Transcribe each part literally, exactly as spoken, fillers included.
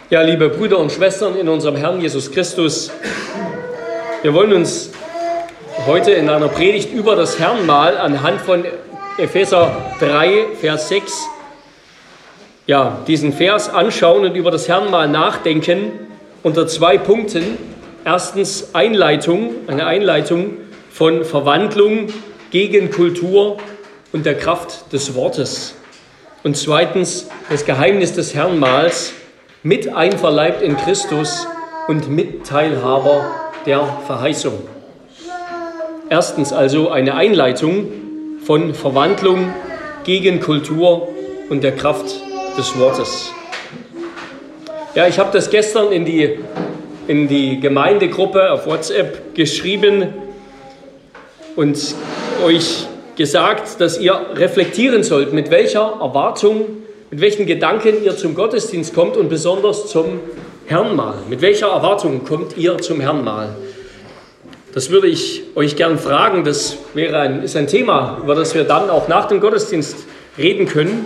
Ja, liebe Brüder und Schwestern in unserem Herrn Jesus Christus, wir wollen uns heute in einer Predigt über das Herrenmahl anhand von Epheser drei, Vers sechs, ja, diesen Vers anschauen und über das Herrenmahl nachdenken unter zwei Punkten. Erstens Einleitung, eine Einleitung von Verwandlung gegen Kultur und der Kraft des Wortes. Und zweitens das Geheimnis des Herrenmahls, mit einverleibt in Christus und Mitteilhaber der Verheißung. Erstens also eine Einleitung von Verwandlung gegen Kultur und der Kraft des Wortes. Ja, ich habe das gestern in die, in die Gemeindegruppe auf WhatsApp geschrieben und euch gesagt, dass ihr reflektieren sollt, mit welcher Erwartung, mit welchen Gedanken ihr zum Gottesdienst kommt und besonders zum Herrenmahl. Mit welcher Erwartung kommt ihr zum Herrenmahl? Das würde ich euch gern fragen. Das wäre ein, ist ein Thema, über das wir dann auch nach dem Gottesdienst reden können.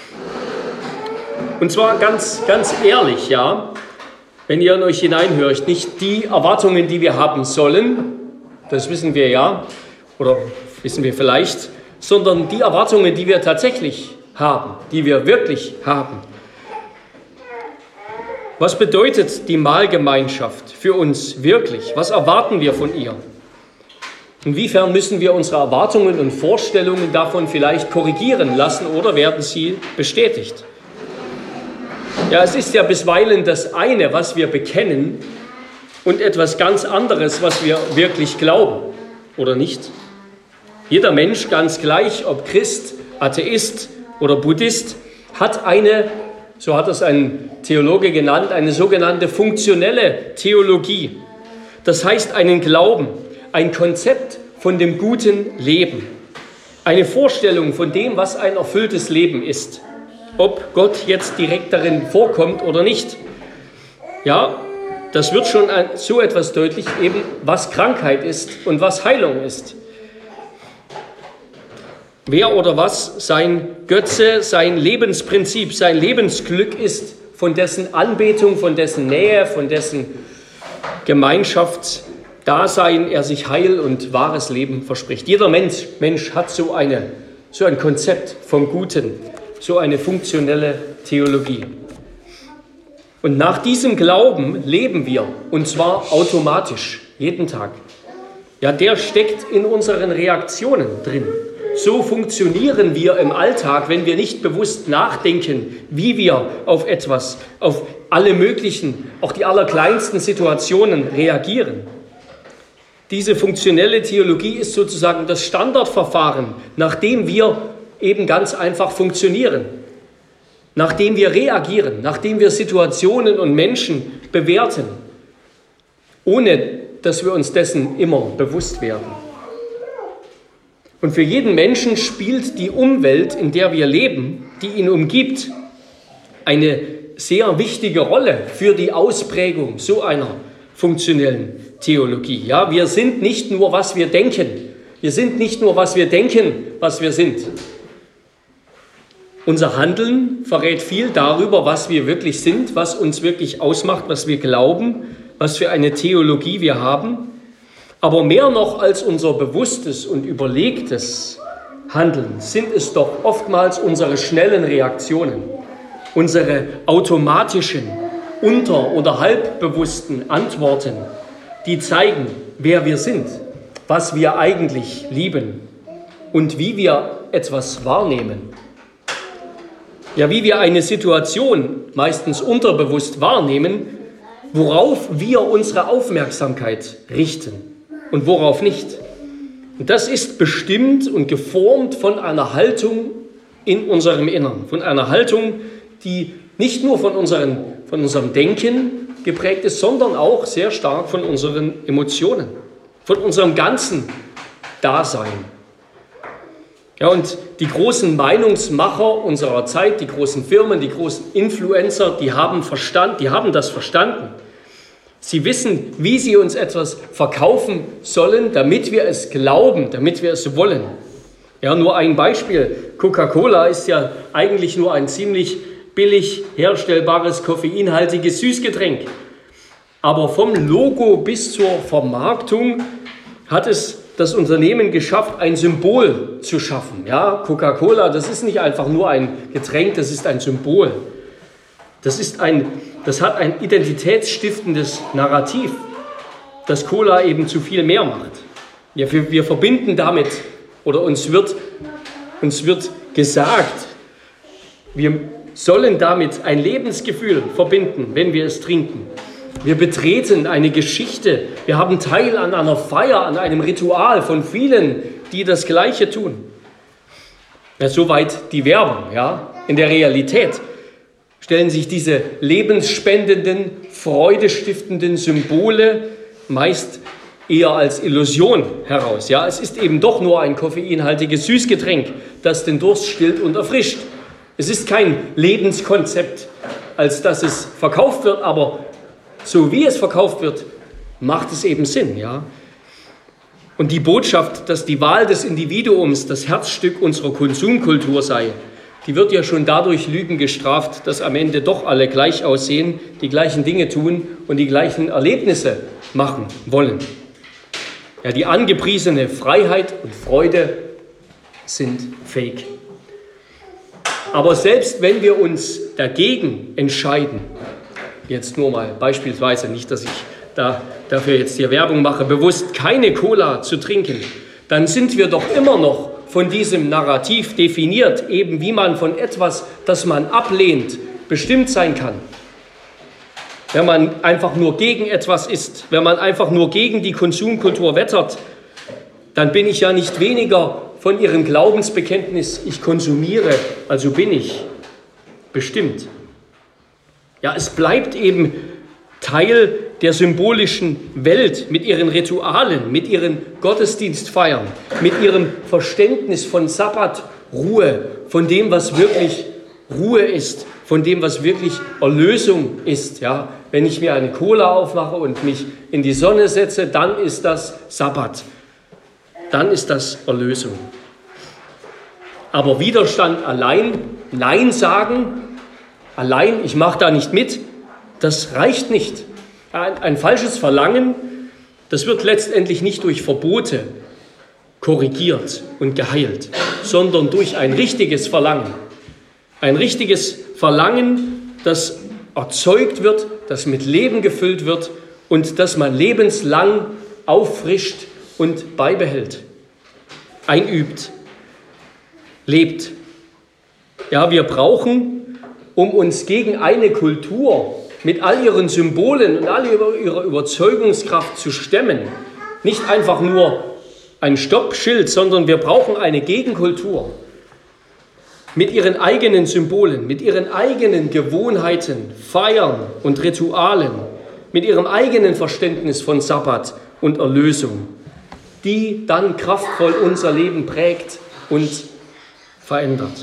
Und zwar ganz, ganz ehrlich, ja, wenn ihr in euch hineinhört, nicht die Erwartungen, die wir haben sollen, das wissen wir ja, oder wissen wir vielleicht, sondern die Erwartungen, die wir tatsächlich haben, die wir wirklich haben. Was bedeutet die Mahlgemeinschaft für uns wirklich? Was erwarten wir von ihr? Inwiefern müssen wir unsere Erwartungen und Vorstellungen davon vielleicht korrigieren lassen oder werden sie bestätigt? Ja, es ist ja bisweilen das eine, was wir bekennen, und etwas ganz anderes, was wir wirklich glauben, oder nicht? Jeder Mensch, ganz gleich, ob Christ, Atheist oder Buddhist, hat eine, so hat es ein Theologe genannt, eine sogenannte funktionelle Theologie. Das heißt einen Glauben, ein Konzept von dem guten Leben, eine Vorstellung von dem, was ein erfülltes Leben ist, ob Gott jetzt direkt darin vorkommt oder nicht. Ja, das wird schon so etwas deutlich, eben was Krankheit ist und was Heilung ist. Wer oder was sein Götze, sein Lebensprinzip, sein Lebensglück ist, von dessen Anbetung, von dessen Nähe, von dessen Gemeinschaftsdasein er sich Heil und wahres Leben verspricht. Jeder Mensch, Mensch hat so, eine, so ein Konzept vom Guten, so eine funktionelle Theologie. Und nach diesem Glauben leben wir, und zwar automatisch, jeden Tag. Ja, der steckt in unseren Reaktionen drin. So funktionieren wir im Alltag, wenn wir nicht bewusst nachdenken, wie wir auf etwas, auf alle möglichen, auch die allerkleinsten Situationen reagieren. Diese funktionelle Theologie ist sozusagen das Standardverfahren, nach dem wir eben ganz einfach funktionieren, nachdem wir reagieren, nachdem wir Situationen und Menschen bewerten, ohne dass wir uns dessen immer bewusst werden. Und für jeden Menschen spielt die Umwelt, in der wir leben, die ihn umgibt, eine sehr wichtige Rolle für die Ausprägung so einer funktionellen Theologie. Ja, wir sind nicht nur, was wir denken. Wir sind nicht nur, was wir denken, was wir sind. Unser Handeln verrät viel darüber, was wir wirklich sind, was uns wirklich ausmacht, was wir glauben, was für eine Theologie wir haben. Aber mehr noch als unser bewusstes und überlegtes Handeln sind es doch oftmals unsere schnellen Reaktionen, unsere automatischen, unter- oder halbbewussten Antworten, die zeigen, wer wir sind, was wir eigentlich lieben und wie wir etwas wahrnehmen. Ja, wie wir eine Situation meistens unterbewusst wahrnehmen, worauf wir unsere Aufmerksamkeit richten und worauf nicht. Und das ist bestimmt und geformt von einer Haltung in unserem Innern, von einer Haltung, die nicht nur von, unseren, von unserem Denken geprägt ist, sondern auch sehr stark von unseren Emotionen, von unserem ganzen Dasein. Ja, und die großen Meinungsmacher unserer Zeit, die großen Firmen, die großen Influencer, die haben Verstand, die haben das verstanden. Sie wissen, wie sie uns etwas verkaufen sollen, damit wir es glauben, damit wir es wollen. Ja, nur ein Beispiel. Coca-Cola ist ja eigentlich nur ein ziemlich billig herstellbares, koffeinhaltiges Süßgetränk. Aber vom Logo bis zur Vermarktung hat es das Unternehmen geschafft, ein Symbol zu schaffen. Ja, Coca-Cola, das ist nicht einfach nur ein Getränk, das ist ein Symbol. Das, ist ein, das hat ein identitätsstiftendes Narrativ, das Cola eben zu viel mehr macht. Ja, wir, wir verbinden damit, oder uns wird, uns wird gesagt, wir sollen damit ein Lebensgefühl verbinden, wenn wir es trinken. Wir betreten eine Geschichte, wir haben Teil an einer Feier, an einem Ritual von vielen, die das Gleiche tun. Ja, soweit die Werbung. Ja. In der Realität stellen sich diese lebensspendenden, freudestiftenden Symbole meist eher als Illusion heraus. Ja, es ist eben doch nur ein koffeinhaltiges Süßgetränk, das den Durst stillt und erfrischt. Es ist kein Lebenskonzept, als dass es verkauft wird, aber so wie es verkauft wird, macht es eben Sinn. Ja? Und die Botschaft, dass die Wahl des Individuums das Herzstück unserer Konsumkultur sei, die wird ja schon dadurch Lügen gestraft, dass am Ende doch alle gleich aussehen, die gleichen Dinge tun und die gleichen Erlebnisse machen wollen. Ja, die angepriesene Freiheit und Freude sind fake. Aber selbst wenn wir uns dagegen entscheiden, jetzt nur mal beispielsweise, nicht, dass ich da dafür jetzt hier Werbung mache, bewusst keine Cola zu trinken, dann sind wir doch immer noch von diesem Narrativ definiert, eben wie man von etwas, das man ablehnt, bestimmt sein kann. Wenn man einfach nur gegen etwas ist, wenn man einfach nur gegen die Konsumkultur wettert, dann bin ich ja nicht weniger von ihrem Glaubensbekenntnis, ich konsumiere, also bin ich bestimmt. Ja, es bleibt eben Teil der symbolischen Welt mit ihren Ritualen, mit ihren Gottesdienstfeiern, mit ihrem Verständnis von Sabbat, Ruhe, von dem, was wirklich Ruhe ist, von dem, was wirklich Erlösung ist. Ja, wenn ich mir eine Cola aufmache und mich in die Sonne setze, dann ist das Sabbat, dann ist das Erlösung. Aber Widerstand allein, Nein sagen, allein, ich mache da nicht mit, das reicht nicht. Ein, ein falsches Verlangen, das wird letztendlich nicht durch Verbote korrigiert und geheilt, sondern durch ein richtiges Verlangen. Ein richtiges Verlangen, das erzeugt wird, das mit Leben gefüllt wird und das man lebenslang auffrischt und beibehält, einübt, lebt. Ja, wir brauchen, um uns gegen eine Kultur mit all ihren Symbolen und all ihrer Überzeugungskraft zu stemmen, nicht einfach nur ein Stoppschild, sondern wir brauchen eine Gegenkultur mit ihren eigenen Symbolen, mit ihren eigenen Gewohnheiten, Feiern und Ritualen, mit ihrem eigenen Verständnis von Sabbat und Erlösung, die dann kraftvoll unser Leben prägt und verändert.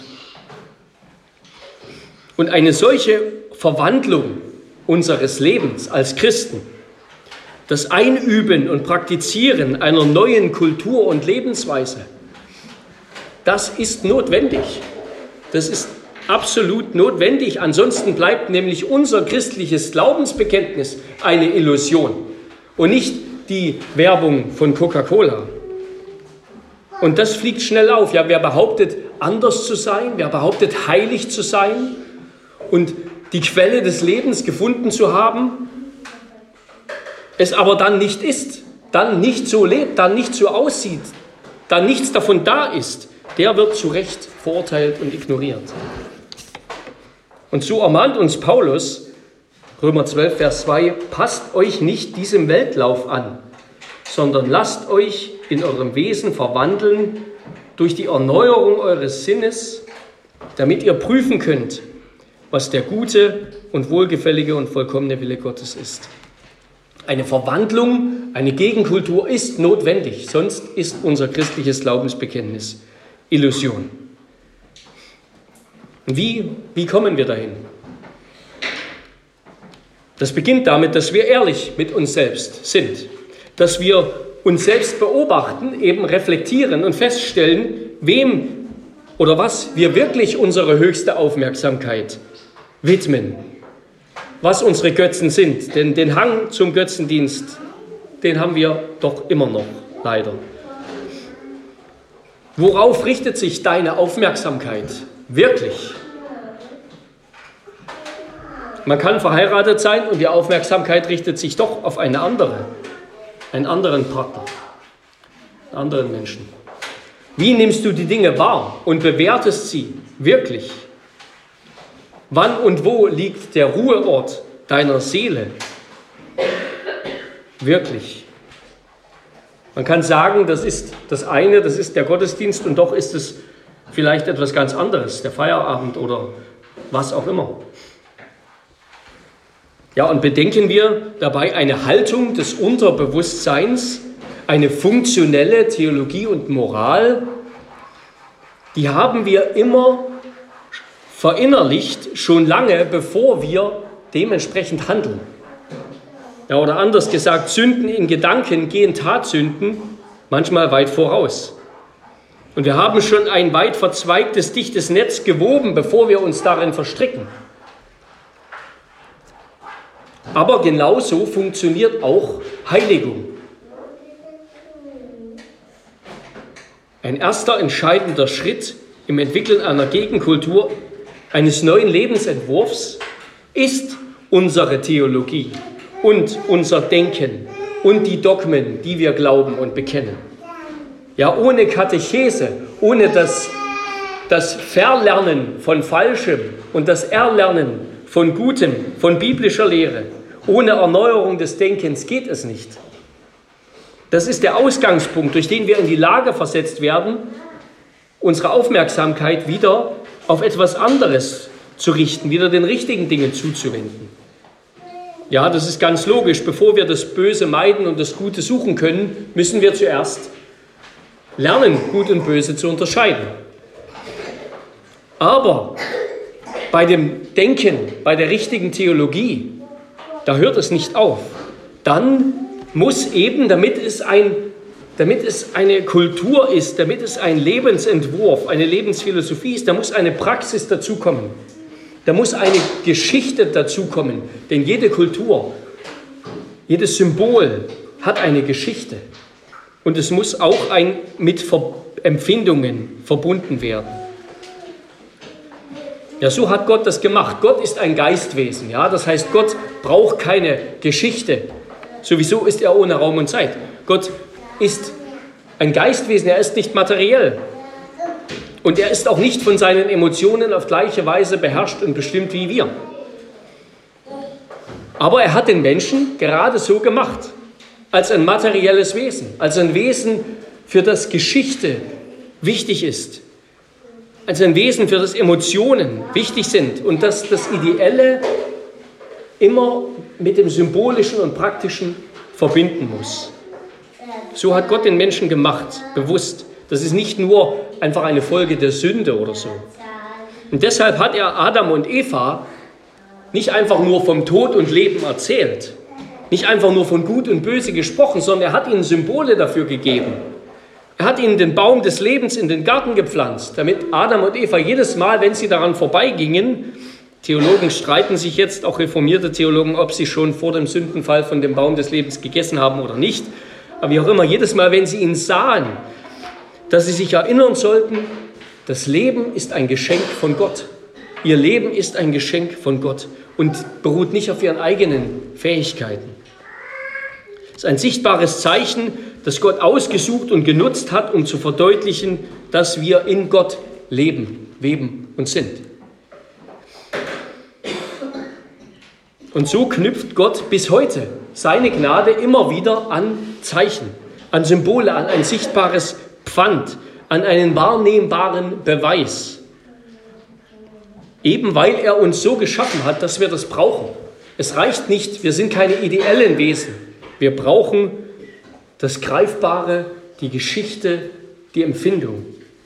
Und eine solche Verwandlung unseres Lebens als Christen, das Einüben und Praktizieren einer neuen Kultur und Lebensweise, das ist notwendig. Das ist absolut notwendig. Ansonsten bleibt nämlich unser christliches Glaubensbekenntnis eine Illusion und nicht die Werbung von Coca-Cola. Und das fliegt schnell auf. Ja, wer behauptet, anders zu sein, wer behauptet, heilig zu sein und die Quelle des Lebens gefunden zu haben, es aber dann nicht ist, dann nicht so lebt, dann nicht so aussieht, dann nichts davon da ist, der wird zu Recht verurteilt und ignoriert. Und so ermahnt uns Paulus, Römer zwölf, Vers zwei, passt euch nicht diesem Weltlauf an, sondern lasst euch in eurem Wesen verwandeln durch die Erneuerung eures Sinnes, damit ihr prüfen könnt, was der gute und wohlgefällige und vollkommene Wille Gottes ist. Eine Verwandlung, eine Gegenkultur ist notwendig, sonst ist unser christliches Glaubensbekenntnis Illusion. Und wie, wie kommen wir dahin? Das beginnt damit, dass wir ehrlich mit uns selbst sind, dass wir uns selbst beobachten, eben reflektieren und feststellen, wem oder was wir wirklich unsere höchste Aufmerksamkeit widmen, was unsere Götzen sind. Denn den Hang zum Götzendienst, den haben wir doch immer noch, leider. Worauf richtet sich deine Aufmerksamkeit wirklich? Man kann verheiratet sein und die Aufmerksamkeit richtet sich doch auf eine andere, einen anderen Partner, einen anderen Menschen. Wie nimmst du die Dinge wahr und bewertest sie wirklich? Wann und wo liegt der Ruheort deiner Seele? Wirklich. Man kann sagen, das ist das eine, das ist der Gottesdienst und doch ist es vielleicht etwas ganz anderes, der Feierabend oder was auch immer. Ja, und bedenken wir dabei eine Haltung des Unterbewusstseins, eine funktionelle Theologie und Moral, die haben wir immer verinnerlicht, schon lange, bevor wir dementsprechend handeln. Ja, oder anders gesagt, Sünden in Gedanken gehen Tatsünden manchmal weit voraus. Und wir haben schon ein weit verzweigtes, dichtes Netz gewoben, bevor wir uns darin verstricken. Aber genauso funktioniert auch Heiligung. Ein erster entscheidender Schritt im Entwickeln einer Gegenkultur, eines neuen Lebensentwurfs, ist unsere Theologie und unser Denken und die Dogmen, die wir glauben und bekennen. Ja, ohne Katechese, ohne das, das Verlernen von Falschem und das Erlernen von Gutem, von biblischer Lehre, ohne Erneuerung des Denkens geht es nicht. Das ist der Ausgangspunkt, durch den wir in die Lage versetzt werden, unsere Aufmerksamkeit wieder auf etwas anderes zu richten, wieder den richtigen Dingen zuzuwenden. Ja, das ist ganz logisch. Bevor wir das Böse meiden und das Gute suchen können, müssen wir zuerst lernen, Gut und Böse zu unterscheiden. Aber bei dem Denken, bei der richtigen Theologie, da hört es nicht auf. Dann muss eben, damit es, ein, damit es eine Kultur ist, damit es ein Lebensentwurf, eine Lebensphilosophie ist, da muss eine Praxis dazukommen. Da muss eine Geschichte dazukommen. Denn jede Kultur, jedes Symbol hat eine Geschichte. Und es muss auch ein, mit Ver- Empfindungen verbunden werden. Ja, so hat Gott das gemacht. Gott ist ein Geistwesen. Ja? Das heißt, Gott braucht keine Geschichte. Sowieso ist er ohne Raum und Zeit. Gott ist ein Geistwesen, er ist nicht materiell. Und er ist auch nicht von seinen Emotionen auf gleiche Weise beherrscht und bestimmt wie wir. Aber er hat den Menschen gerade so gemacht, als ein materielles Wesen, als ein Wesen, für das Geschichte wichtig ist, als ein Wesen, für das Emotionen wichtig sind und dass das Ideelle immer mit dem Symbolischen und Praktischen verbinden muss. So hat Gott den Menschen gemacht, bewusst. Das ist nicht nur einfach eine Folge der Sünde oder so. Und deshalb hat er Adam und Eva nicht einfach nur vom Tod und Leben erzählt, nicht einfach nur von Gut und Böse gesprochen, sondern er hat ihnen Symbole dafür gegeben. Er hat ihnen den Baum des Lebens in den Garten gepflanzt, damit Adam und Eva jedes Mal, wenn sie daran vorbeigingen, Theologen streiten sich jetzt, auch reformierte Theologen, ob sie schon vor dem Sündenfall von dem Baum des Lebens gegessen haben oder nicht. Aber wie auch immer, jedes Mal, wenn sie ihn sahen, dass sie sich erinnern sollten, das Leben ist ein Geschenk von Gott. Ihr Leben ist ein Geschenk von Gott und beruht nicht auf ihren eigenen Fähigkeiten. Es ist ein sichtbares Zeichen, das Gott ausgesucht und genutzt hat, um zu verdeutlichen, dass wir in Gott leben, weben und sind. Und so knüpft Gott bis heute seine Gnade immer wieder an Zeichen, an Symbole, an ein sichtbares Pfand, an einen wahrnehmbaren Beweis. Eben weil er uns so geschaffen hat, dass wir das brauchen. Es reicht nicht, wir sind keine ideellen Wesen. Wir brauchen das Greifbare, die Geschichte, die Empfindung.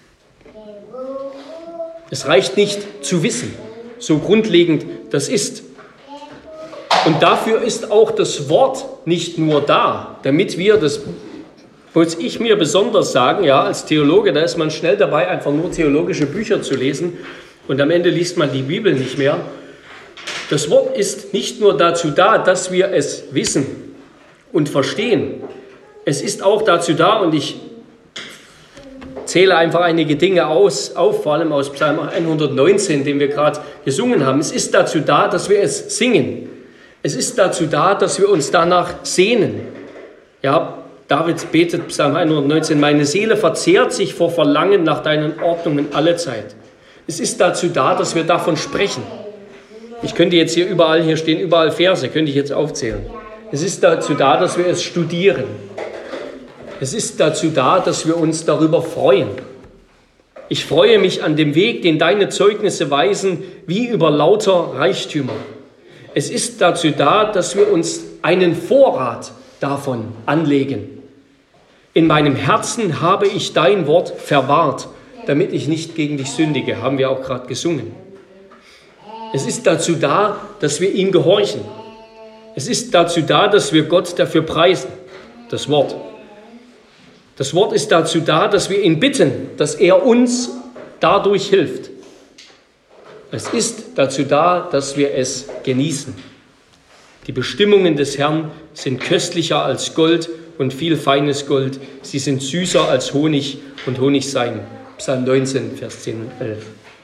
Es reicht nicht zu wissen, so grundlegend das ist. Und dafür ist auch das Wort nicht nur da, damit wir, das muss ich mir besonders sagen, ja, als Theologe, da ist man schnell dabei, einfach nur theologische Bücher zu lesen und am Ende liest man die Bibel nicht mehr. Das Wort ist nicht nur dazu da, dass wir es wissen und verstehen. Es ist auch dazu da, und ich zähle einfach einige Dinge aus, auf, vor allem aus Psalm hundertneunzehn, den wir gerade gesungen haben. Es ist dazu da, dass wir es singen. Es ist dazu da, dass wir uns danach sehnen. Ja, David betet, Psalm hundertneunzehn, meine Seele verzehrt sich vor Verlangen nach deinen Ordnungen alle Zeit. Es ist dazu da, dass wir davon sprechen. Ich könnte jetzt hier überall, hier stehen überall Verse, könnte ich jetzt aufzählen. Es ist dazu da, dass wir es studieren. Es ist dazu da, dass wir uns darüber freuen. Ich freue mich an dem Weg, den deine Zeugnisse weisen, wie über lauter Reichtümer. Es ist dazu da, dass wir uns einen Vorrat davon anlegen. In meinem Herzen habe ich dein Wort verwahrt, damit ich nicht gegen dich sündige, haben wir auch gerade gesungen. Es ist dazu da, dass wir ihm gehorchen. Es ist dazu da, dass wir Gott dafür preisen, das Wort. Das Wort ist dazu da, dass wir ihn bitten, dass er uns dadurch hilft. Es ist dazu da, dass wir es genießen. Die Bestimmungen des Herrn sind köstlicher als Gold und viel feines Gold. Sie sind süßer als Honig und Honigseim. Psalm neunzehn, Vers zehn und elf.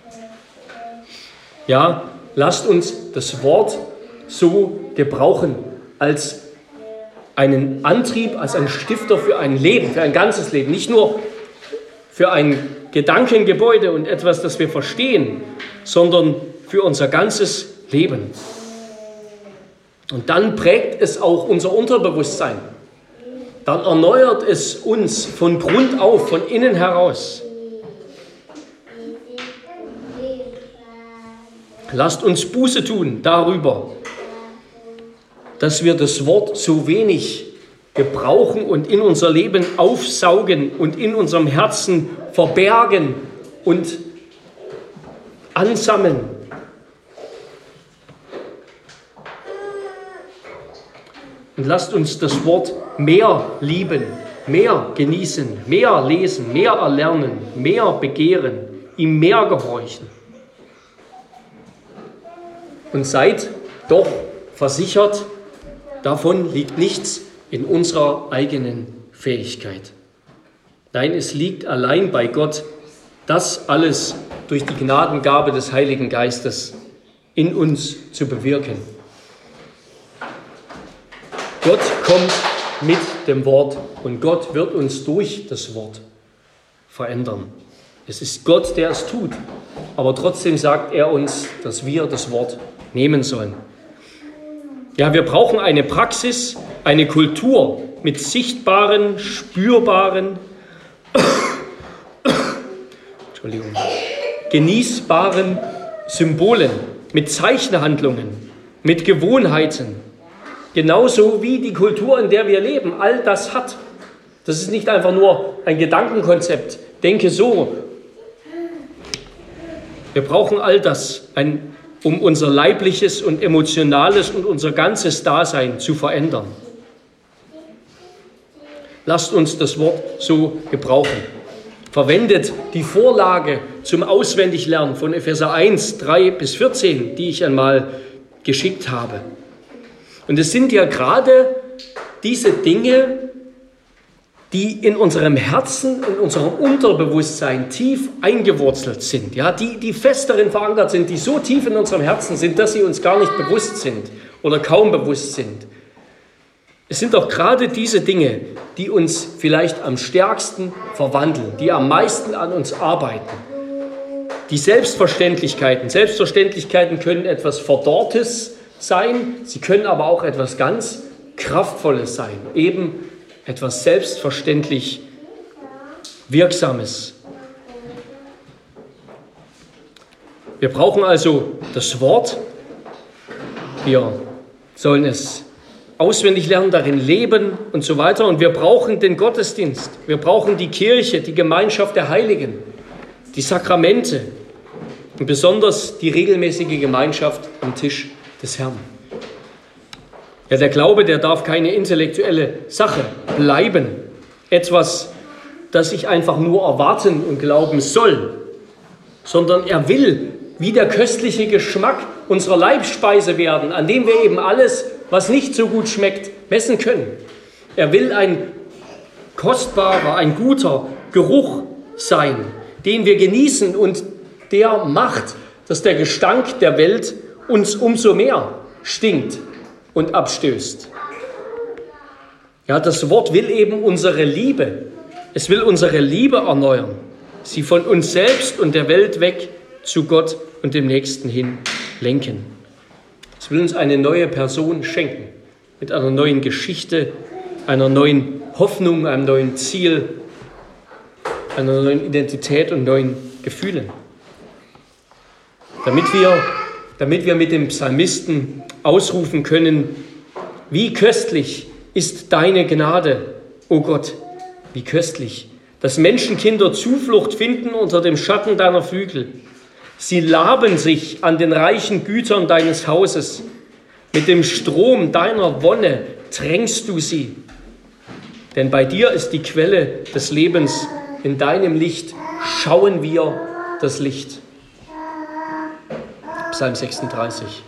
Ja, lasst uns das Wort so gebrauchen als einen Antrieb, als einen Stifter für ein Leben, für ein ganzes Leben. Nicht nur für ein Gedankengebäude und etwas, das wir verstehen, sondern für unser ganzes Leben. Und dann prägt es auch unser Unterbewusstsein. Dann erneuert es uns von Grund auf, von innen heraus. Lasst uns Buße tun darüber, dass wir das Wort so wenig gebrauchen und in unser Leben aufsaugen und in unserem Herzen verbergen und ansammeln. Und lasst uns das Wort mehr lieben, mehr genießen, mehr lesen, mehr erlernen, mehr begehren, ihm mehr gehorchen. Und seid doch versichert, davon liegt nichts in unserer eigenen Fähigkeit. Nein, es liegt allein bei Gott, das alles durch die Gnadengabe des Heiligen Geistes in uns zu bewirken. Gott kommt mit dem Wort und Gott wird uns durch das Wort verändern. Es ist Gott, der es tut, aber trotzdem sagt er uns, dass wir das Wort nehmen sollen. Ja, wir brauchen eine Praxis, eine Kultur mit sichtbaren, spürbaren, Entschuldigung, genießbaren Symbolen, mit Zeichenhandlungen, mit Gewohnheiten. Genauso wie die Kultur, in der wir leben, all das hat. Das ist nicht einfach nur ein Gedankenkonzept, denke so. Wir brauchen all das, ein, um unser leibliches und emotionales und unser ganzes Dasein zu verändern. Lasst uns das Wort so gebrauchen. Verwendet die Vorlage zum Auswendiglernen von Epheser eins, drei bis vierzehn, die ich einmal geschickt habe. Und es sind ja gerade diese Dinge, die in unserem Herzen, in unserem Unterbewusstsein tief eingewurzelt sind, ja, die, die fest darin verankert sind, die so tief in unserem Herzen sind, dass sie uns gar nicht bewusst sind oder kaum bewusst sind. Es sind doch gerade diese Dinge, die uns vielleicht am stärksten verwandeln, die am meisten an uns arbeiten. Die Selbstverständlichkeiten. Selbstverständlichkeiten können etwas Verdorrtes sein, sie können aber auch etwas ganz Kraftvolles sein, eben etwas selbstverständlich Wirksames. Wir brauchen also das Wort, wir sollen es auswendig lernen, darin leben und so weiter. Und wir brauchen den Gottesdienst, wir brauchen die Kirche, die Gemeinschaft der Heiligen, die Sakramente und besonders die regelmäßige Gemeinschaft am Tisch des Herrn. Ja, der Glaube, der darf keine intellektuelle Sache bleiben, etwas, das ich einfach nur erwarten und glauben soll, sondern er will wie der köstliche Geschmack unserer Leibspeise werden, an dem wir eben alles, was nicht so gut schmeckt, messen können. Er will ein kostbarer, ein guter Geruch sein, den wir genießen und der macht, dass der Gestank der Welt uns umso mehr stinkt und abstößt. Ja, das Wort will eben unsere Liebe, es will unsere Liebe erneuern, sie von uns selbst und der Welt weg zu Gott und dem Nächsten hin lenken. Es will uns eine neue Person schenken, mit einer neuen Geschichte, einer neuen Hoffnung, einem neuen Ziel, einer neuen Identität und neuen Gefühlen. Damit wir, damit wir mit dem Psalmisten ausrufen können, wie köstlich ist deine Gnade, o Gott, wie köstlich, dass Menschenkinder Zuflucht finden unter dem Schatten deiner Flügel. Sie laben sich an den reichen Gütern deines Hauses. Mit dem Strom deiner Wonne tränkst du sie. Denn bei dir ist die Quelle des Lebens. In deinem Licht schauen wir das Licht. Psalm sechsunddreißig.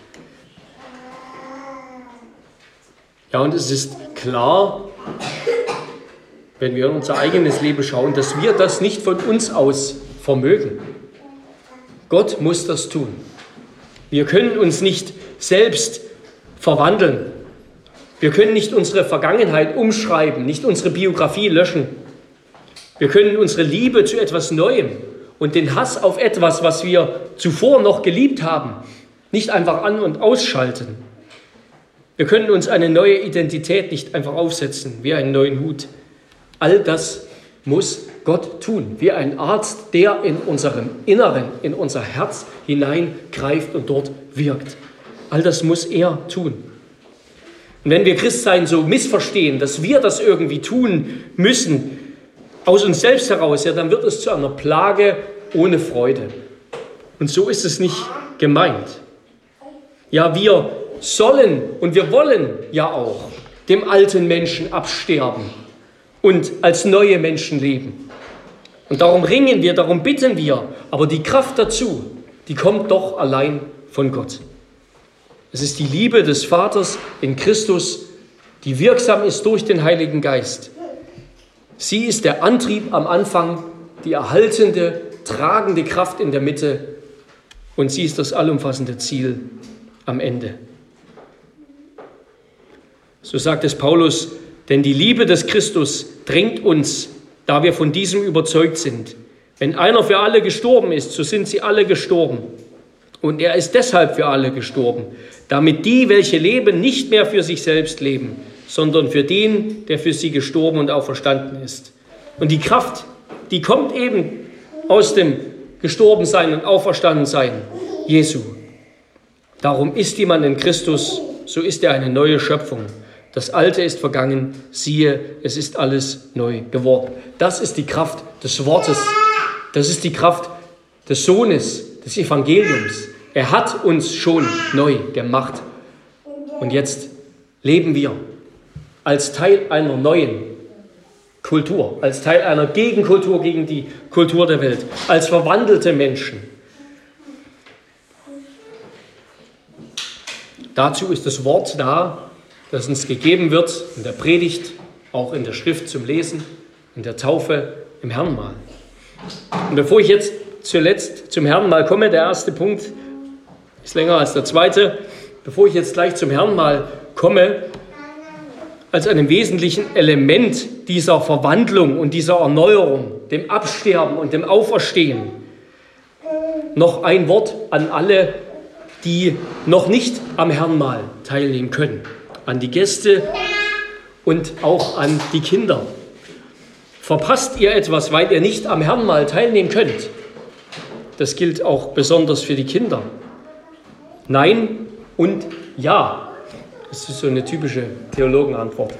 Ja, und es ist klar, wenn wir in unser eigenes Leben schauen, dass wir das nicht von uns aus vermögen. Gott muss das tun. Wir können uns nicht selbst verwandeln. Wir können nicht unsere Vergangenheit umschreiben, nicht unsere Biografie löschen. Wir können unsere Liebe zu etwas Neuem und den Hass auf etwas, was wir zuvor noch geliebt haben, nicht einfach an- und ausschalten. Wir können uns eine neue Identität nicht einfach aufsetzen, wie einen neuen Hut. All das muss Gott tun, wie ein Arzt, der in unserem Inneren, in unser Herz hineingreift und dort wirkt. All das muss er tun. Und wenn wir Christsein so missverstehen, dass wir das irgendwie tun müssen, aus uns selbst heraus, ja, dann wird es zu einer Plage ohne Freude. Und so ist es nicht gemeint. Ja, wir sollen und wir wollen ja auch dem alten Menschen absterben und als neue Menschen leben. Und darum ringen wir, darum bitten wir, aber die Kraft dazu, die kommt doch allein von Gott. Es ist die Liebe des Vaters in Christus, die wirksam ist durch den Heiligen Geist. Sie ist der Antrieb am Anfang, die erhaltende, tragende Kraft in der Mitte und sie ist das allumfassende Ziel am Ende. So sagt es Paulus, denn die Liebe des Christus drängt uns, da wir von diesem überzeugt sind. Wenn einer für alle gestorben ist, so sind sie alle gestorben. Und er ist deshalb für alle gestorben, damit die, welche leben, nicht mehr für sich selbst leben, sondern für den, der für sie gestorben und auferstanden ist. Und die Kraft, die kommt eben aus dem Gestorbensein und Auferstandensein Jesu. Darum ist jemand in Christus, so ist er eine neue Schöpfung. Das Alte ist vergangen, siehe, es ist alles neu geworden. Das ist die Kraft des Wortes, das ist die Kraft des Sohnes, des Evangeliums. Er hat uns schon neu gemacht. Und jetzt leben wir als Teil einer neuen Kultur, als Teil einer Gegenkultur gegen die Kultur der Welt, als verwandelte Menschen. Dazu ist das Wort da, das uns gegeben wird in der Predigt, auch in der Schrift zum Lesen, in der Taufe, im Herrenmahl. Und bevor ich jetzt zuletzt zum Herrenmahl komme, der erste Punkt ist länger als der zweite, bevor ich jetzt gleich zum Herrenmahl komme, als einem wesentlichen Element dieser Verwandlung und dieser Erneuerung, dem Absterben und dem Auferstehen, noch ein Wort an alle, die noch nicht am Herrenmahl teilnehmen können, an die Gäste und auch an die Kinder. Verpasst ihr etwas, weil ihr nicht am Herrenmahl teilnehmen könnt? Das gilt auch besonders für die Kinder. Nein und ja. Das ist so eine typische Theologenantwort.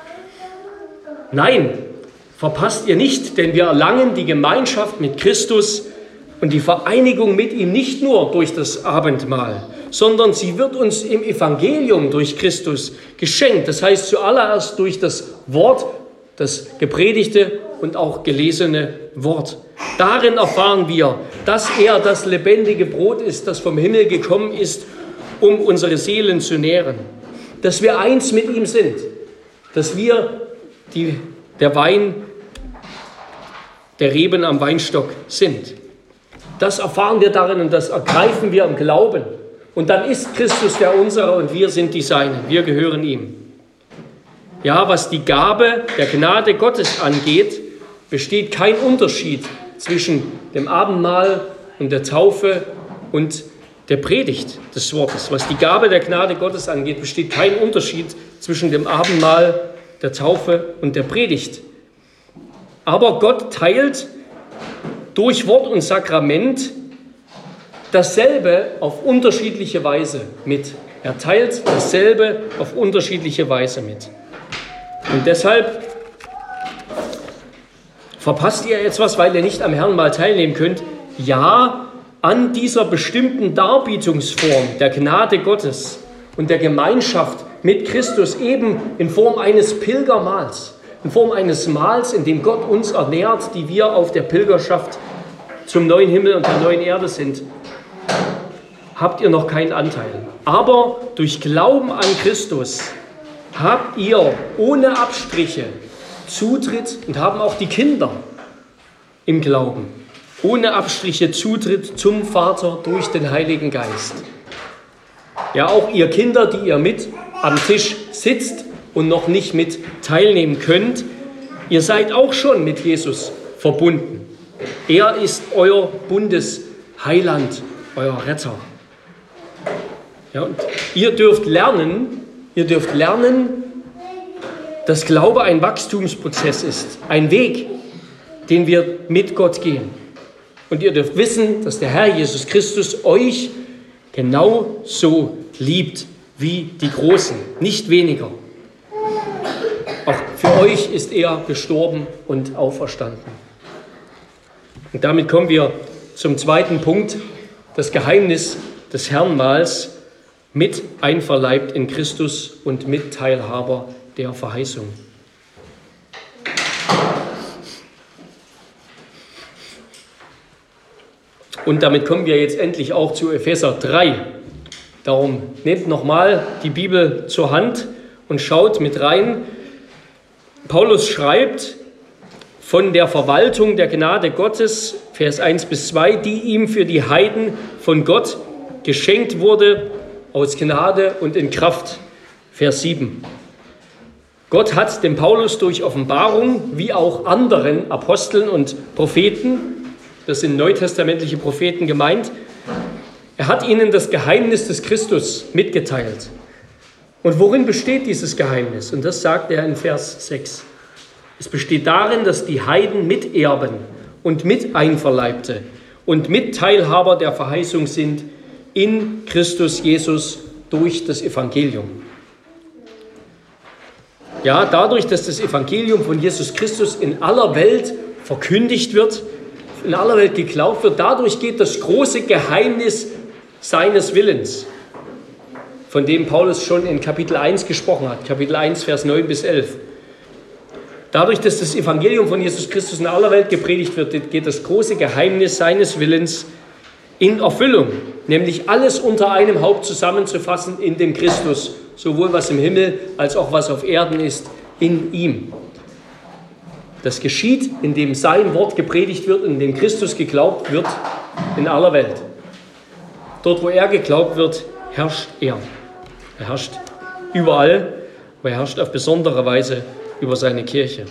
Nein, verpasst ihr nicht, denn wir erlangen die Gemeinschaft mit Christus und die Vereinigung mit ihm nicht nur durch das Abendmahl, sondern sie wird uns im Evangelium durch Christus geschenkt. Das heißt zuallererst durch das Wort, das gepredigte und auch gelesene Wort. Darin erfahren wir, dass er das lebendige Brot ist, das vom Himmel gekommen ist, um unsere Seelen zu nähren. Dass wir eins mit ihm sind, dass wir die, der Wein, der Reben am Weinstock sind. Das erfahren wir darin und das ergreifen wir im Glauben. Und dann ist Christus der Unsere und wir sind die Seinen, wir gehören ihm. Ja, was die Gabe der Gnade Gottes angeht, besteht kein Unterschied zwischen dem Abendmahl und der Taufe und der Predigt des Wortes. Was die Gabe der Gnade Gottes angeht, besteht kein Unterschied zwischen dem Abendmahl, der Taufe und der Predigt. Aber Gott teilt durch Wort und Sakrament dasselbe auf unterschiedliche Weise mit. Er teilt dasselbe auf unterschiedliche Weise mit. Und deshalb verpasst ihr jetzt was, weil ihr nicht am Herrnmahl teilnehmen könnt. Ja, an dieser bestimmten Darbietungsform der Gnade Gottes und der Gemeinschaft mit Christus eben in Form eines Pilgermahls, in Form eines Mahls, in dem Gott uns ernährt, die wir auf der Pilgerschaft zum neuen Himmel und der neuen Erde sind, habt ihr noch keinen Anteil. Aber durch Glauben an Christus habt ihr ohne Abstriche Zutritt und haben auch die Kinder im Glauben ohne Abstriche Zutritt zum Vater durch den Heiligen Geist. Ja, auch ihr Kinder, die ihr mit am Tisch sitzt und noch nicht mit teilnehmen könnt, ihr seid auch schon mit Jesus verbunden. Er ist euer Bundesheiland, euer Retter. Ja, und ihr dürft lernen, ihr dürft lernen, dass Glaube ein Wachstumsprozess ist, ein Weg, den wir mit Gott gehen. Und ihr dürft wissen, dass der Herr Jesus Christus euch genau so liebt wie die Großen, nicht weniger. Auch für euch ist er gestorben und auferstanden. Und damit kommen wir zum zweiten Punkt, das Geheimnis des Herrnmahls, mit einverleibt in Christus und Mitteilhaber der Verheißung. Und damit kommen wir jetzt endlich auch zu Epheser drei. Darum nehmt nochmal die Bibel zur Hand und schaut mit rein. Paulus schreibt von der Verwaltung der Gnade Gottes, Vers eins bis zwei, die ihm für die Heiden von Gott geschenkt wurde, aus Gnade und in Kraft, Vers sieben. Gott hat dem Paulus durch Offenbarung, wie auch anderen Aposteln und Propheten, das sind neutestamentliche Propheten gemeint, er hat ihnen das Geheimnis des Christus mitgeteilt. Und worin besteht dieses Geheimnis? Und das sagt er in Vers sechs. Es besteht darin, dass die Heiden Miterben und Miteinverleibte und Mitteilhaber der Verheißung sind in Christus Jesus durch das Evangelium. Ja, dadurch, dass das Evangelium von Jesus Christus in aller Welt verkündigt wird, in aller Welt geglaubt wird, dadurch geht das große Geheimnis seines Willens, von dem Paulus schon in Kapitel eins gesprochen hat, Kapitel eins, Vers neun bis elf. Dadurch, dass das Evangelium von Jesus Christus in aller Welt gepredigt wird, geht das große Geheimnis seines Willens in Erfüllung, nämlich alles unter einem Haupt zusammenzufassen in dem Christus, sowohl was im Himmel als auch was auf Erden ist, in ihm. Das geschieht, indem sein Wort gepredigt wird, in dem Christus geglaubt wird, in aller Welt. Dort, wo er geglaubt wird, herrscht er. Er herrscht überall, aber er herrscht auf besondere Weise über seine Kirche.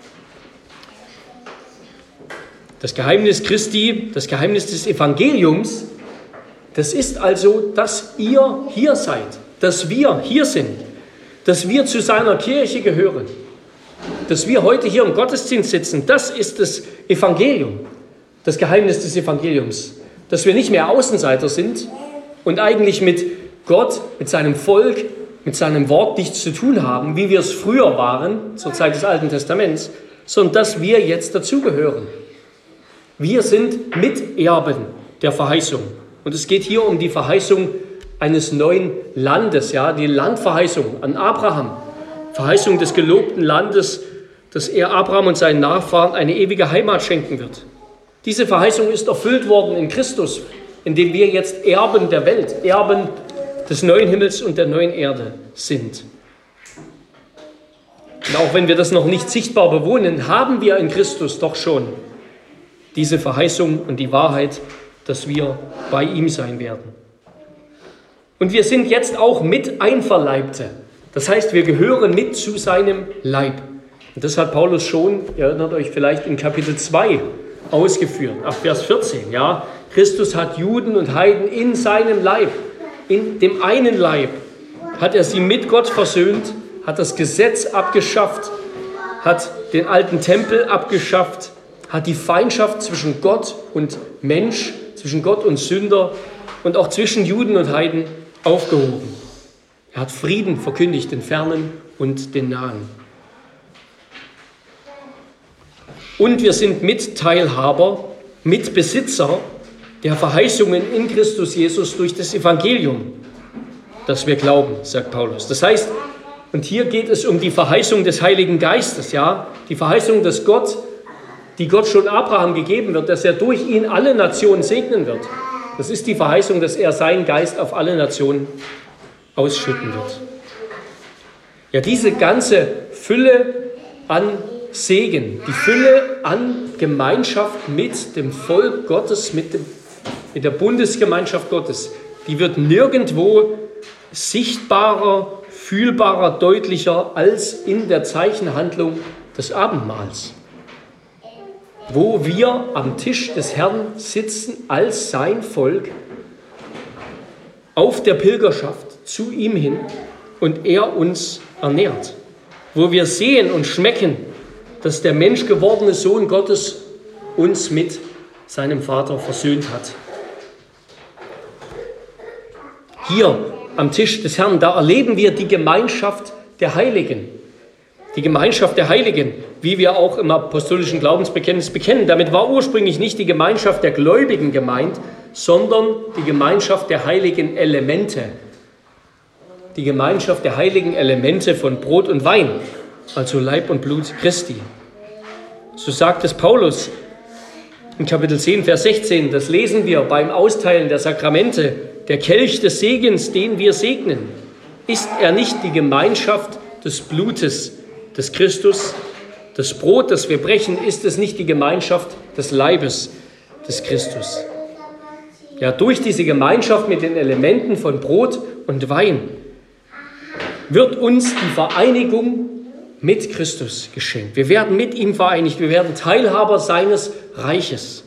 Das Geheimnis Christi, das Geheimnis des Evangeliums, das ist also, dass ihr hier seid, dass wir hier sind, dass wir zu seiner Kirche gehören, dass wir heute hier im Gottesdienst sitzen. Das ist das Evangelium, das Geheimnis des Evangeliums, dass wir nicht mehr Außenseiter sind und eigentlich mit Gott, mit seinem Volk, mit seinem Wort nichts zu tun haben, wie wir es früher waren, zur Zeit des Alten Testaments, sondern dass wir jetzt dazugehören. Wir sind Miterben der Verheißung. Und es geht hier um die Verheißung eines neuen Landes, ja, die Landverheißung an Abraham. Verheißung des gelobten Landes, dass er Abraham und seinen Nachfahren eine ewige Heimat schenken wird. Diese Verheißung ist erfüllt worden in Christus, in dem wir jetzt Erben der Welt, Erben des neuen Himmels und der neuen Erde sind. Und auch wenn wir das noch nicht sichtbar bewohnen, haben wir in Christus doch schon diese Verheißung und die Wahrheit, dass wir bei ihm sein werden. Und wir sind jetzt auch mit Einverleibte. Das heißt, wir gehören mit zu seinem Leib. Und das hat Paulus schon, ihr erinnert euch vielleicht, in Kapitel zwei ausgeführt, ab Vers vierzehn. Ja? Christus hat Juden und Heiden in seinem Leib, in dem einen Leib, hat er sie mit Gott versöhnt, hat das Gesetz abgeschafft, hat den alten Tempel abgeschafft, hat die Feindschaft zwischen Gott und Mensch, zwischen Gott und Sünder und auch zwischen Juden und Heiden aufgehoben. Er hat Frieden verkündigt, den Fernen und den Nahen. Und wir sind Mitteilhaber, Mitbesitzer der Verheißungen in Christus Jesus durch das Evangelium, das wir glauben, sagt Paulus. Das heißt, und hier geht es um die Verheißung des Heiligen Geistes, ja, die Verheißung, dass Gott, die Gott schon Abraham gegeben wird, dass er durch ihn alle Nationen segnen wird. Das ist die Verheißung, dass er seinen Geist auf alle Nationen ausschütten wird. Ja, diese ganze Fülle an Segen, die Fülle an Gemeinschaft mit dem Volk Gottes, mit, dem, mit der Bundesgemeinschaft Gottes, die wird nirgendwo sichtbarer, fühlbarer, deutlicher als in der Zeichenhandlung des Abendmahls, wo wir am Tisch des Herrn sitzen als sein Volk auf der Pilgerschaft zu ihm hin und er uns ernährt, wo wir sehen und schmecken, dass der menschgewordene Sohn Gottes uns mit seinem Vater versöhnt hat. Hier am Tisch des Herrn, da erleben wir die Gemeinschaft der Heiligen. Die Gemeinschaft der Heiligen, wie wir auch im apostolischen Glaubensbekenntnis bekennen. Damit war ursprünglich nicht die Gemeinschaft der Gläubigen gemeint, sondern die Gemeinschaft der heiligen Elemente. Die Gemeinschaft der heiligen Elemente von Brot und Wein, also Leib und Blut Christi. So sagt es Paulus in Kapitel zehn, Vers sechzehn. Das lesen wir beim Austeilen der Sakramente. Der Kelch des Segens, den wir segnen, ist er nicht die Gemeinschaft des Blutes des Christus? Das Brot, das wir brechen, ist es nicht die Gemeinschaft des Leibes des Christus? Ja, durch diese Gemeinschaft mit den Elementen von Brot und Wein wird uns die Vereinigung mit Christus geschenkt. Wir werden mit ihm vereinigt, wir werden Teilhaber seines Reiches.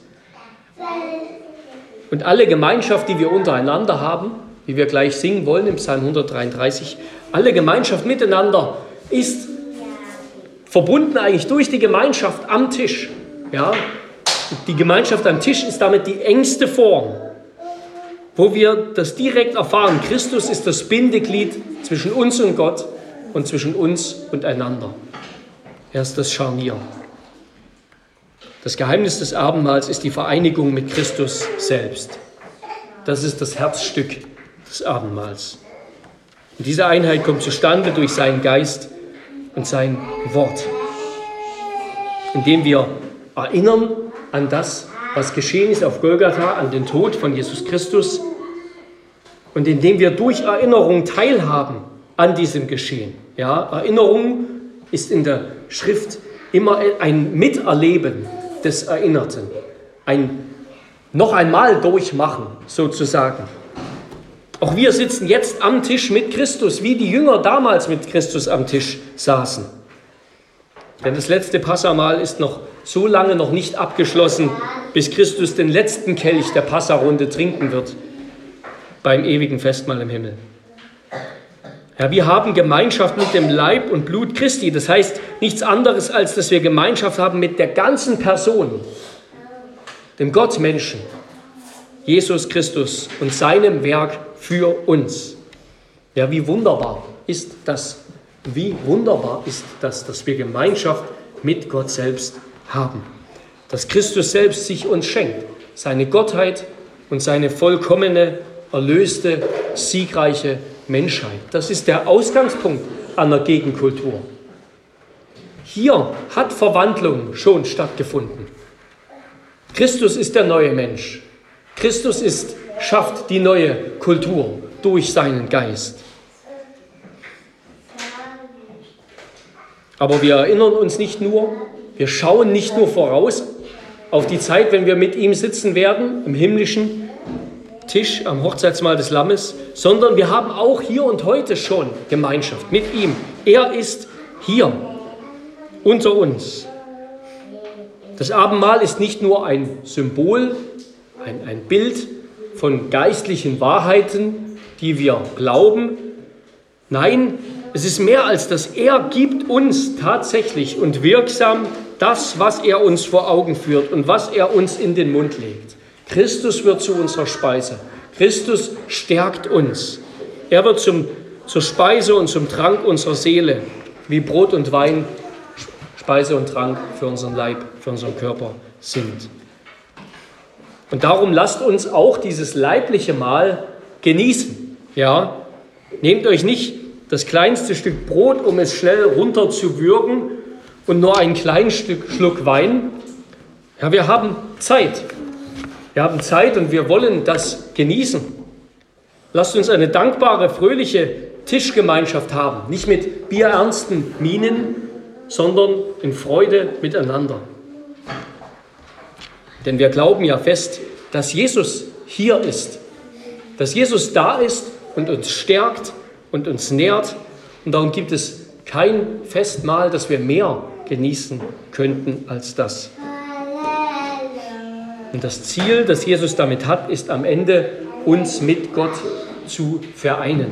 Und alle Gemeinschaft, die wir untereinander haben, wie wir gleich singen wollen im Psalm hundertdreiunddreißig, alle Gemeinschaft miteinander ist verbunden eigentlich durch die Gemeinschaft am Tisch. Ja? Die Gemeinschaft am Tisch ist damit die engste Form, wo wir das direkt erfahren. Christus ist das Bindeglied zwischen uns und Gott und zwischen uns und einander. Er ist das Scharnier. Das Geheimnis des Abendmahls ist die Vereinigung mit Christus selbst. Das ist das Herzstück des Abendmahls. Und diese Einheit kommt zustande durch seinen Geist und sein Wort, indem wir erinnern an das, was geschehen ist auf Golgatha, an den Tod von Jesus Christus und indem wir durch Erinnerung teilhaben an diesem Geschehen. Ja, Erinnerung ist in der Schrift immer ein Miterleben des Erinnerten, ein noch einmal durchmachen sozusagen. Auch wir sitzen jetzt am Tisch mit Christus, wie die Jünger damals mit Christus am Tisch saßen. Denn das letzte Passamahl ist noch so lange noch nicht abgeschlossen, bis Christus den letzten Kelch der Passarunde trinken wird beim ewigen Festmahl im Himmel. Ja, wir haben Gemeinschaft mit dem Leib und Blut Christi. Das heißt nichts anderes, als dass wir Gemeinschaft haben mit der ganzen Person, dem Gottmenschen, Jesus Christus und seinem Werk für uns. Ja, wie wunderbar ist das? Wie wunderbar ist das, dass wir Gemeinschaft mit Gott selbst haben. Dass Christus selbst sich uns schenkt. Seine Gottheit und seine vollkommene, erlöste, siegreiche Menschheit. Das ist der Ausgangspunkt einer Gegenkultur. Hier hat Verwandlung schon stattgefunden. Christus ist der neue Mensch. Christus ist, schafft die neue Kultur durch seinen Geist. Aber wir erinnern uns nicht nur, wir schauen nicht nur voraus auf die Zeit, wenn wir mit ihm sitzen werden, im himmlischen Tisch am Hochzeitsmahl des Lammes, sondern wir haben auch hier und heute schon Gemeinschaft mit ihm. Er ist hier unter uns. Das Abendmahl ist nicht nur ein Symbol, ein, ein Bild von geistlichen Wahrheiten, die wir glauben. Nein, es ist mehr als das. Er gibt uns tatsächlich und wirksam das, was er uns vor Augen führt und was er uns in den Mund legt. Christus wird zu unserer Speise. Christus stärkt uns. Er wird zum, zur Speise und zum Trank unserer Seele, wie Brot und Wein Speise und Trank für unseren Leib, für unseren Körper sind. Und darum lasst uns auch dieses leibliche Mahl genießen. Ja, nehmt euch nicht das kleinste Stück Brot, um es schnell runterzuwürgen und nur ein kleines Stück Schluck Wein. Ja, wir haben Zeit. Wir haben Zeit und wir wollen das genießen. Lasst uns eine dankbare, fröhliche Tischgemeinschaft haben. Nicht mit bierernsten Mienen, sondern in Freude miteinander. Denn wir glauben ja fest, dass Jesus hier ist. Dass Jesus da ist und uns stärkt und uns nährt. Und darum gibt es kein Festmahl, das wir mehr genießen könnten als das. Und das Ziel, das Jesus damit hat, ist am Ende, uns mit Gott zu vereinen.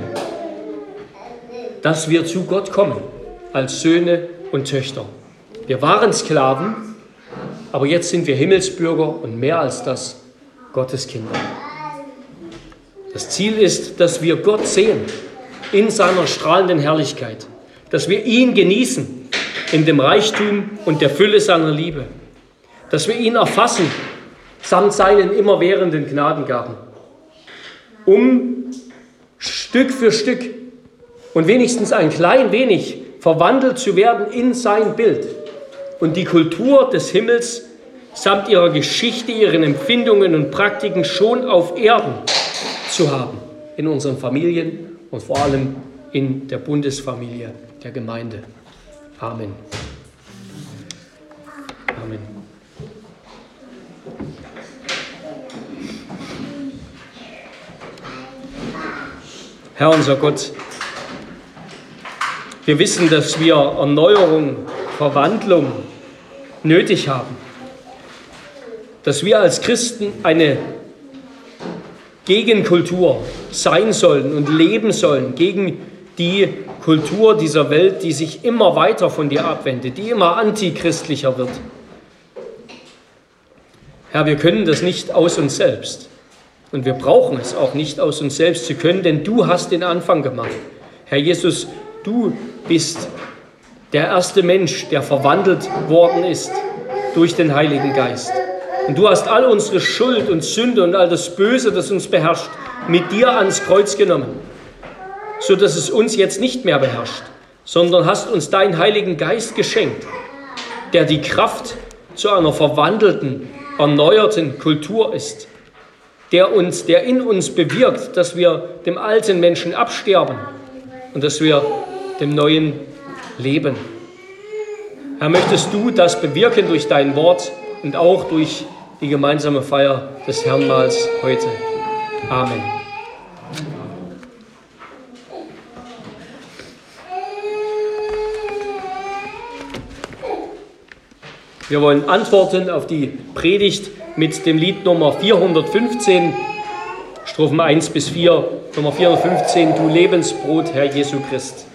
Dass wir zu Gott kommen, als Söhne und Töchter. Wir waren Sklaven, aber jetzt sind wir Himmelsbürger und mehr als das, Gottes Kinder. Das Ziel ist, dass wir Gott sehen in seiner strahlenden Herrlichkeit, dass wir ihn genießen in dem Reichtum und der Fülle seiner Liebe, dass wir ihn erfassen samt seinen immerwährenden Gnadengaben, um Stück für Stück und wenigstens ein klein wenig verwandelt zu werden in sein Bild und die Kultur des Himmels samt ihrer Geschichte, ihren Empfindungen und Praktiken schon auf Erden zu haben, in unseren Familien und vor allem in der Bundesfamilie der Gemeinde. Amen. Amen. Herr unser Gott, wir wissen, dass wir Erneuerung, Verwandlung nötig haben. Dass wir als Christen eine Gegenkultur sein sollen und leben sollen gegen die Kultur dieser Welt, die sich immer weiter von dir abwendet, die immer antichristlicher wird. Herr, wir können das nicht aus uns selbst. Und wir brauchen es auch nicht aus uns selbst zu können, denn du hast den Anfang gemacht. Herr Jesus, du bist der erste Mensch, der verwandelt worden ist durch den Heiligen Geist. Und du hast all unsere Schuld und Sünde und all das Böse, das uns beherrscht, mit dir ans Kreuz genommen, sodass es uns jetzt nicht mehr beherrscht, sondern hast uns deinen Heiligen Geist geschenkt, der die Kraft zu einer verwandelten, erneuerten Kultur ist, der uns, der in uns bewirkt, dass wir dem alten Menschen absterben und dass wir dem neuen leben. Herr, möchtest du das bewirken durch dein Wort und auch durch die gemeinsame Feier des Herrnmahls heute. Amen. Wir wollen antworten auf die Predigt mit dem Lied Nummer vierhundertfünfzehn, Strophen eins bis vier, Nummer vierhundertfünfzehn, Du Lebensbrot, Herr Jesu Christ.